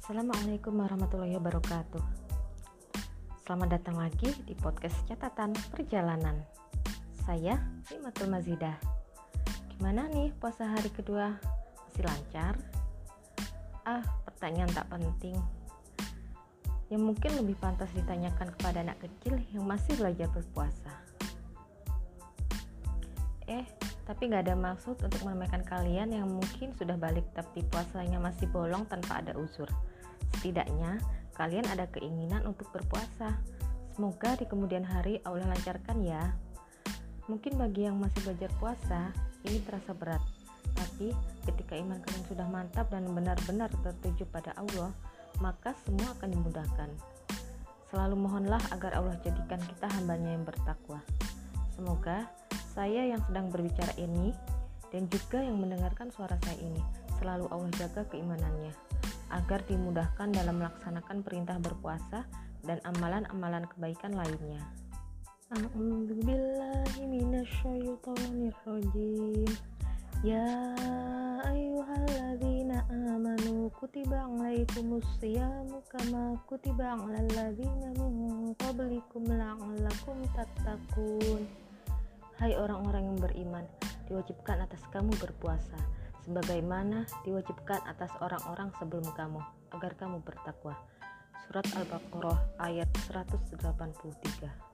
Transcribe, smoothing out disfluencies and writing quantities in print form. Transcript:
Assalamualaikum warahmatullahi wabarakatuh. Selamat datang lagi di podcast catatan perjalanan. Saya Himatul Mazidah. Gimana nih puasa hari kedua? Masih lancar? Pertanyaan tak penting yang mungkin lebih pantas ditanyakan kepada anak kecil yang masih belajar berpuasa. Tapi gak ada maksud untuk meremehkan kalian yang mungkin sudah balik tapi puasanya masih bolong tanpa ada uzur. Setidaknya kalian ada keinginan untuk berpuasa. Semoga di kemudian hari Allah lancarkan ya. Mungkin bagi yang masih belajar puasa ini terasa berat, tapi ketika iman kalian sudah mantap dan benar-benar tertuju pada Allah, maka semua akan dimudahkan. Selalu mohonlah agar Allah jadikan kita hambanya yang bertakwa. Semoga saya yang sedang berbicara ini dan juga yang mendengarkan suara saya ini selalu Allah jaga keimanannya agar dimudahkan dalam melaksanakan perintah berpuasa dan amalan-amalan kebaikan lainnya. A'udzubillahi minasyaitonirrajim. Ya ayyuhalladzina amanu kutiba alaikumusyamu kama kutiba alal ladzina min qablikum la'allakum tattaqun. Hai orang-orang yang beriman, diwajibkan atas kamu berpuasa sebagaimana diwajibkan atas orang-orang sebelum kamu agar kamu bertakwa. Surat Al-Baqarah ayat 183.